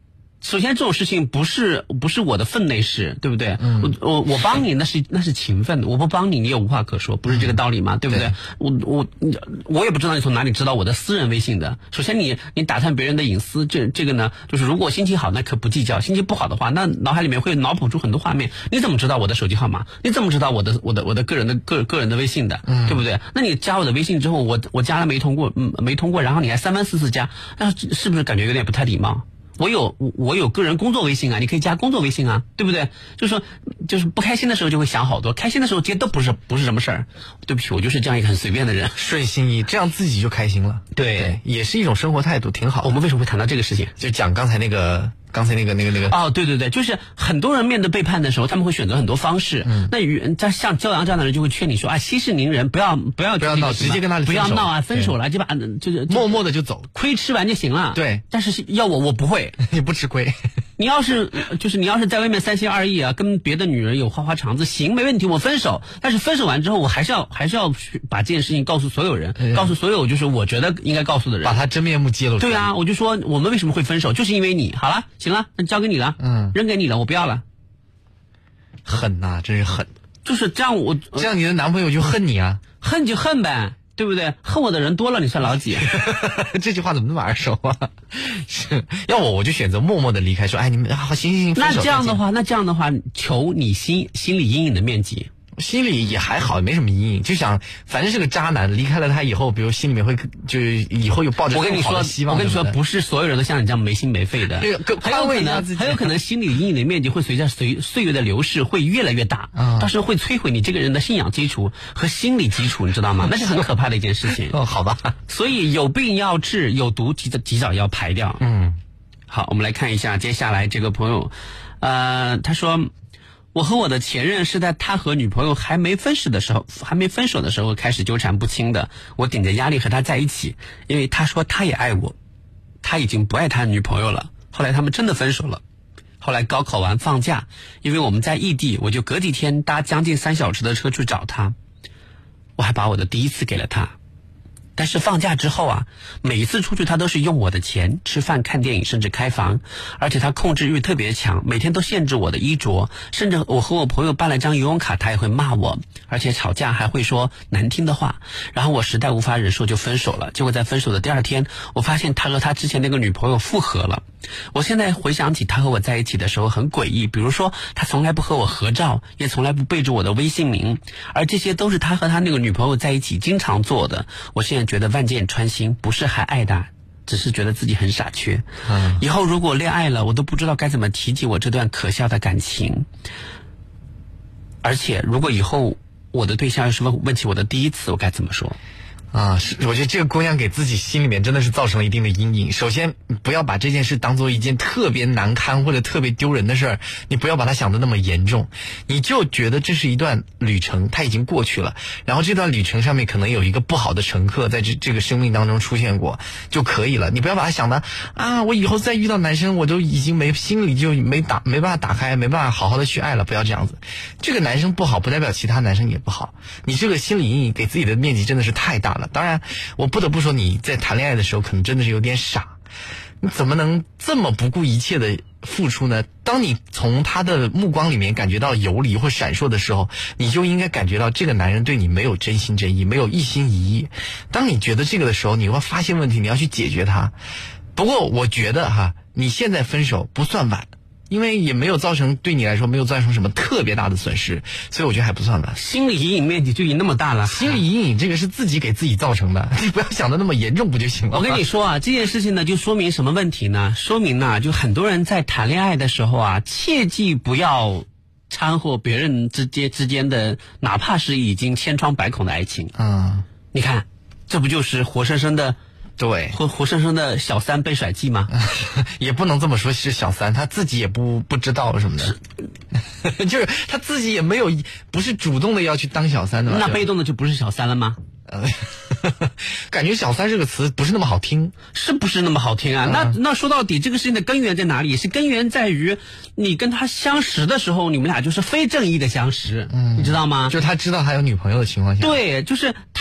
首先这种事情不是我的分内事，对不对？我帮你那是情分，我不帮你你也无话可说，不是这个道理吗？对不对？我也不知道你从哪里知道我的私人微信的。首先你打探别人的隐私，这个呢，就是如果心情好那可不计较，心情不好的话，那脑海里面会脑补出很多画面。你怎么知道我的手机号码？你怎么知道我的个人的微信的？对不对？那你加我的微信之后，我加了没通过，然后你还3番4次加，那是不是感觉有点不太礼貌？我有个人工作微信啊，你可以加工作微信啊，对不对？就是说，就是不开心的时候就会想好多，开心的时候这些都不是什么事儿。对不起，我就是这样一个很随便的人，
顺心意，这样自己就开心了。
对，
也是一种生活态度，挺好。
我们为什么会谈到这个事情？
就讲刚才那个。
哦，对，就是很多人面对背叛的时候，他们会选择很多方式。那像焦阳这样的人就会劝你说啊，息事宁人，不要
闹，直接跟他
不要闹啊，分手了就把就是
默默的就走，
亏吃完就行了。
对，
但是要我不会，
你不吃亏。
你要是在外面3心2意啊，跟别的女人有花花肠子，行，没问题，我分手。但是分手完之后，我还是要把这件事情告诉所有人，告诉所有就是我觉得应该告诉的人，
把他真面目揭露出来。
对啊，我就说我们为什么会分手，就是因为你。好了，行了，那交给你了，扔给你了，我不要了。
狠呐，真是狠。
就是这样，
这样你的男朋友就恨你啊？
恨就恨呗。对不对？恨我的人多了，你算老几？
这句话怎么那么耳熟啊？是要我就选择默默的离开，说哎，你们好，行，
那这样的话，求你心理阴影的面积。
心里也还好，也没什么阴影，就想反正是个渣男，离开了他以后，比如心里面会就以后有抱着更好的希望。
我跟你说，不是所有人都像你这样没心没肺的，很有可能心理阴影的面积会随着岁月的流逝会越来越大，到时候会摧毁你这个人的信仰基础和心理基础，你知道吗？那是很可怕的一件事情。
好吧。
所以有病要治，有毒及早要排掉。好，我们来看一下接下来这个朋友，他说。我和我的前任是在他和女朋友还没分手的时候开始纠缠不清的。我顶着压力和他在一起，因为他说他也爱我，他已经不爱他女朋友了。后来他们真的分手了。后来高考完放假，因为我们在异地，我就隔几天搭将近3小时的车去找他。我还把我的第一次给了他。但是放假之后啊，每一次出去他都是用我的钱吃饭看电影甚至开房，而且他控制欲特别强，每天都限制我的衣着，甚至我和我朋友办了张游泳卡他也会骂我，而且吵架还会说难听的话，然后我实在无法忍受就分手了。结果在分手的第2天，我发现他和他之前那个女朋友复合了。我现在回想起他和我在一起的时候很诡异，比如说他从来不和我合照，也从来不备注我的微信名，而这些都是他和他那个女朋友在一起经常做的。我现在觉得万箭穿心，不是还爱他，只是觉得自己很傻缺。以后如果恋爱了，我都不知道该怎么提起我这段可笑的感情。而且如果以后我的对象要是问起我的第一次，我该怎么说？
我觉得这个姑娘给自己心里面真的是造成了一定的阴影。首先不要把这件事当做一件特别难堪或者特别丢人的事儿，你不要把它想得那么严重，你就觉得这是一段旅程，它已经过去了，然后这段旅程上面可能有一个不好的乘客在这个生命当中出现过就可以了。你不要把它想的我以后再遇到男生我都已经心里就没办法打开，没办法好好的去爱了，不要这样子。这个男生不好不代表其他男生也不好，你这个心理阴影给自己的面积真的是太大了。当然我不得不说你在谈恋爱的时候可能真的是有点傻，你怎么能这么不顾一切的付出呢？当你从他的目光里面感觉到游离或闪烁的时候，你就应该感觉到这个男人对你没有真心真意，没有一心一意。当你觉得这个的时候，你会发现问题，你要去解决它。不过我觉得你现在分手不算晚，因为也没有对你来说没有造成什么特别大的损失，所以我觉得还不算晚。
心理阴影面积就已经那么大了，
心理阴影这个是自己给自己造成的，你不要想得那么严重不就行了？
我跟你说这件事情呢就说明什么问题呢？说明呢就很多人在谈恋爱的时候切记不要掺和别人之间的哪怕是已经千疮百孔的爱情。你看这不就是活生生的
对，
活生生的小三被甩记吗？
也不能这么说是小三，他自己也不知道什么的，就是他自己也没有不是主动的要去当小三的，
那被动的就不是小三了吗？
感觉小三这个词不是那么好听，
是不是那么好听啊？那说到底这个事情的根源在哪里？是根源在于你跟他相识的时候，你们俩就是非正义的相识，你知道吗？
就是他知道他有女朋友的情况下，
对，就是他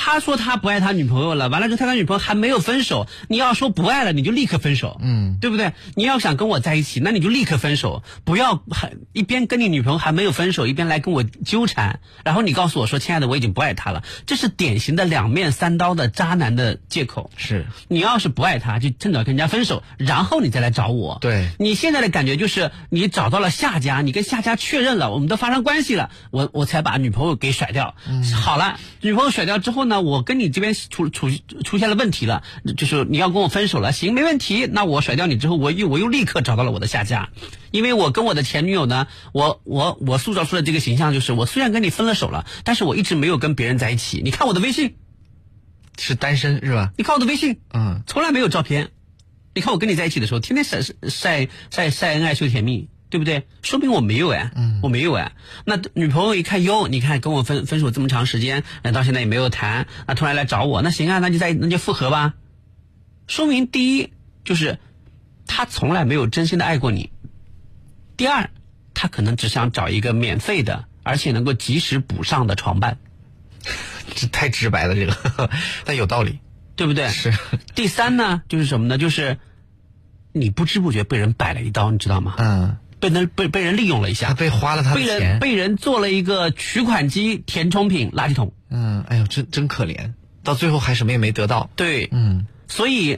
他说他不爱他女朋友了，完了之后他跟女朋友还没有分手，你要说不爱了，你就立刻分手，对不对？你要想跟我在一起，那你就立刻分手，不要一边跟你女朋友还没有分手，一边来跟我纠缠，然后你告诉我说亲爱的我已经不爱他了，这是典型的两面三刀的渣男的借口。
是，你
要是不爱他，就趁早跟人家分手，然后你再来找我。
对，
你现在的感觉就是你找到了下家，你跟下家确认了，我们都发生关系了，我才把女朋友给甩掉。好了，女朋友甩掉之后呢，我跟你这边出现了问题了，就是你要跟我分手了，行，没问题。那我甩掉你之后，我又立刻找到了我的下家，因为我跟我的前女友呢，我塑造出的这个形象就是，我虽然跟你分了手了，但是我一直没有跟别人在一起。你看我的微信
是单身是吧？
你看我的微信，从来没有照片。你看我跟你在一起的时候，天天晒恩爱秀甜蜜。对不对？说明我没有我没有那女朋友一看，哟，你看跟我分手这么长时间，到现在也没有谈，那突然来找我，那行啊，那就复合吧。说明第一就是他从来没有真心的爱过你，第二他可能只想找一个免费的，而且能够及时补上的床伴。
这太直白了，这个但有道理，
对不对？
是。
第三呢，就是什么呢？就是你不知不觉被人摆了一刀，你知道吗？被人利用了一下，
被花了他的钱，
被人做了一个取款机、填充品、垃圾桶。
哎呦，真可怜，到最后还什么也没得到。
对，所以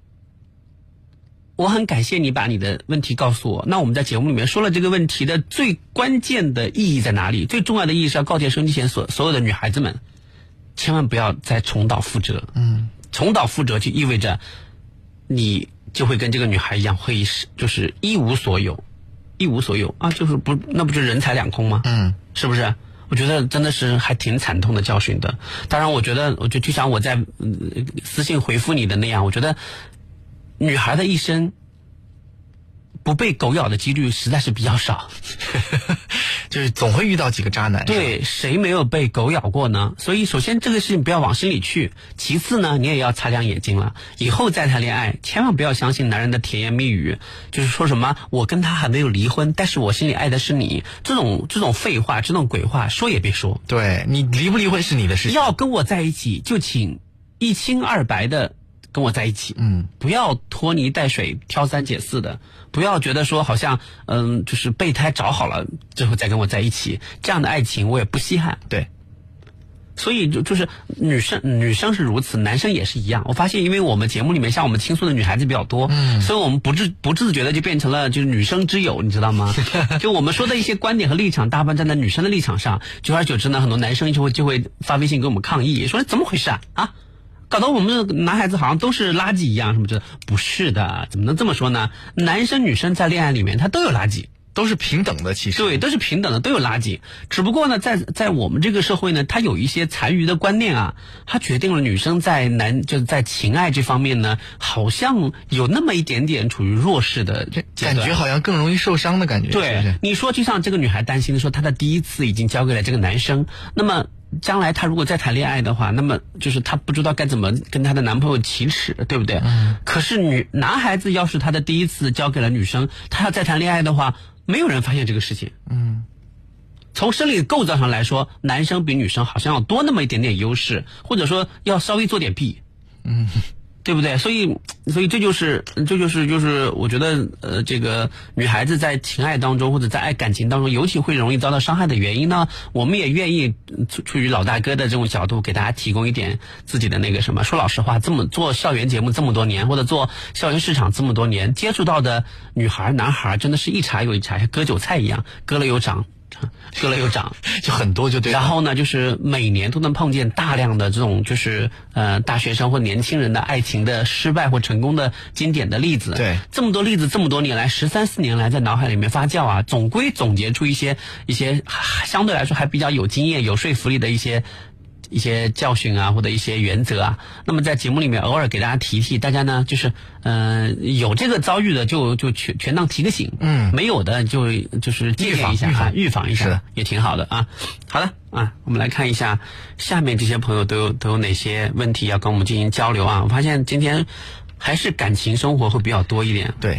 我很感谢你把你的问题告诉我。那我们在节目里面说了这个问题的最关键的意义在哪里？最重要的意义是要告诫收音机前所有的女孩子们，千万不要再重蹈覆辙。重蹈覆辙就意味着你就会跟这个女孩一样，会就是一无所有啊，就是那不就人财两空吗？是不是？我觉得真的是还挺惨痛的教训的。当然，我觉得就像我在私信回复你的那样，我觉得女孩的一生不被狗咬的几率实在是比较少。
就是总会遇到几个渣男。
对，谁没有被狗咬过呢？所以首先这个事情不要往心里去，其次呢，你也要擦亮眼睛了。以后再谈恋爱，千万不要相信男人的甜言蜜语，就是说什么我跟他还没有离婚，但是我心里爱的是你，这种废话，这种鬼话说也别说。
对，你离不离婚是你的事情。
要跟我在一起，就请一清二白的跟我在一起，不要拖泥带水、挑三拣四的，不要觉得说好像就是备胎找好了之后再跟我在一起，这样的爱情我也不稀罕。
对，
所以就是女生是如此，男生也是一样。我发现，因为我们节目里面像我们倾诉的女孩子比较多，所以我们不自觉的就变成了就是女生之友，你知道吗？就我们说的一些观点和立场，大半站在女生的立场上，久而久之呢，很多男生就会发微信给我们抗议，说怎么回事啊？搞得我们的男孩子好像都是垃圾一样，什么的。不是的，怎么能这么说呢？男生女生在恋爱里面他都有垃圾，
都是平等的，其实
对，都是平等的，都有垃圾。只不过呢，在我们这个社会呢，它有一些残余的观念啊，它决定了女生在在情爱这方面呢，好像有那么一点点处于弱势的
感觉，好像更容易受伤的感觉。
对，是你说就像这个女孩担心说，她的第一次已经交给了这个男生，那么将来她如果再谈恋爱的话，那么就是她不知道该怎么跟她的男朋友启齿，对不对？可是男孩子要是他的第一次交给了女生，他要再谈恋爱的话，没有人发现这个事情。从生理构造上来说，男生比女生好像要多那么一点点优势，或者说要稍微做点弊。对不对？所以这就是我觉得这个女孩子在情爱当中或者在爱感情当中，尤其会容易遭到伤害的原因呢，我们也愿意出于老大哥的这种角度，给大家提供一点自己的那个什么。说老实话，这么做校园节目这么多年，或者做校园市场这么多年，接触到的女孩男孩真的是一茬又一茬，像割韭菜一样，割了又长。割了又长，
就很多就对了。
然后呢，就是每年都能碰见大量的这种就是大学生或年轻人的爱情的失败或成功的经典的例子。
对，
这么多例子，这么多年来13、14年来在脑海里面发酵啊，总归总结出一些相对来说还比较有经验、有说服力的一些教训啊，或者一些原则啊。那么在节目里面偶尔给大家提提，大家呢就是有这个遭遇的就全当提个醒，没有的就是借鉴一下，预防一下，也挺好的啊。好的啊，我们来看一下下面这些朋友都有哪些问题要跟我们进行交流啊。我发现今天还是感情生活会比较多一点。
对。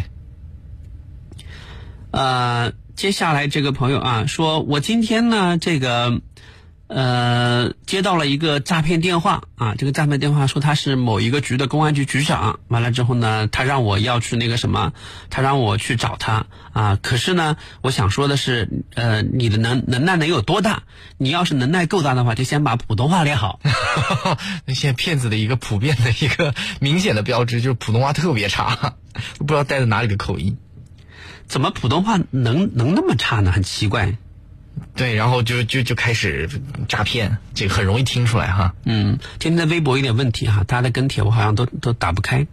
接下来这个朋友啊说，我今天呢这个接到了一个诈骗电话啊，这个诈骗电话说他是某一个局的公安局局长，完了之后呢，他让我要去那个什么，他让我去找他啊。可是呢，我想说的是，你的能耐能有多大？你要是能耐够大的话，就先把普通话练好。
那现在骗子的一个普遍的一个明显的标志就是普通话特别差，不知道带着哪里的口音。
怎么普通话能那么差呢？很奇怪。
对，然后就开始诈骗，这个很容易听出来哈。
今天的微博有点问题哈，大家的跟帖我好像都打不开。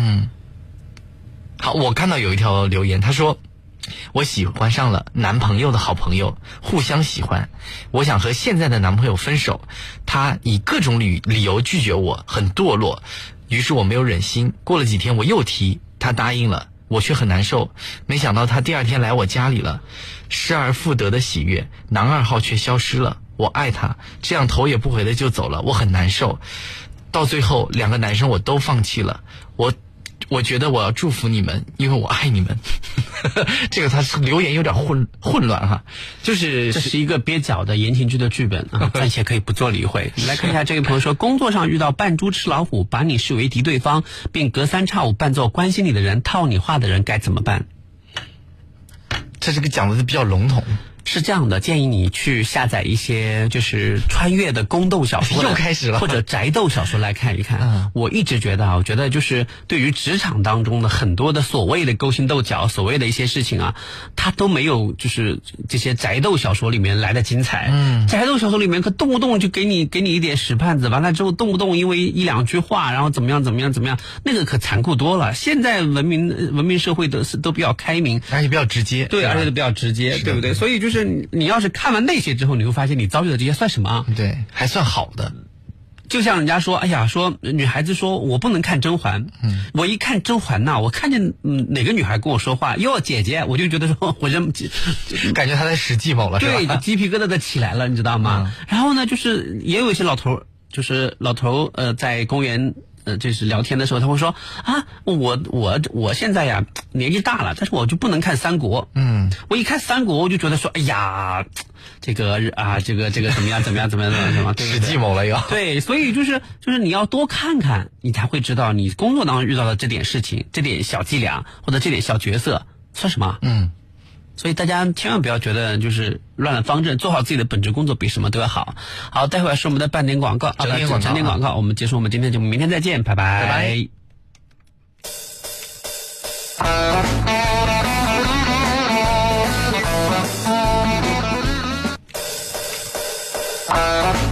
好，我看到有一条留言，他说我喜欢上了男朋友的好朋友，互相喜欢，我想和现在的男朋友分手，他以各种理由拒绝我，很堕落，于是我没有忍心，过了几天我又提，他答应了，我却很难受，没想到他第二天来我家里了，失而复得的喜悦，男二号却消失了，我爱他，这样头也不回的就走了，我很难受，到最后两个男生我都放弃了，我觉得我要祝福你们，因为我爱你们。这个他留言有点混乱哈，就是
这是一个蹩脚的言情剧的剧本啊，暂且可以不做理会。来看一下这位朋友说，工作上遇到扮猪吃老虎，把你视为敌对方，并隔三差五扮作关心你的人、套你话的人，该怎么办？
这个讲的是比较笼统。
是这样的，建议你去下载一些就是穿越的宫斗小说，
又开始了，
或者宅斗小说来看一看。我一直觉得我觉得就是对于职场当中的很多的所谓的勾心斗角，所谓的一些事情啊，它都没有就是这些宅斗小说里面来的精彩。宅斗小说里面可动不动就给你一点屎绊子，完了之后动不动因为一两句话，然后怎么样，那个可残酷多了。现在文明社会都比较开明，
而且比较直接，
对，而且都比较直接，对不对？所以就是你要是看完那些之后，你会发现你遭遇的这些算什么啊？
对，还算好的。
就像人家说，哎呀，说女孩子说我不能看甄嬛，我一看甄嬛呐，我看见哪个女孩跟我说话，哟姐姐，我就觉得说我这
感觉她在使计谋了，是吧？
对，就鸡皮疙瘩的起来了，你知道吗？然后呢，就是也有一些老头，就是老头在公园。就是聊天的时候，他会说啊，我现在呀年纪大了，但是我就不能看三国。我一看三国，我就觉得说，哎呀，这个怎么样，
使计谋了又。
对，所以就是你要多看看，你才会知道你工作当中遇到的这点事情，这点小伎俩或者这点小角色算什么。所以大家千万不要觉得就是乱了方阵，做好自己的本职工作比什么都要好。好，待会儿是我们的半点广告，整点广告，我们结束我们今天节目，明天再见，拜拜。拜拜。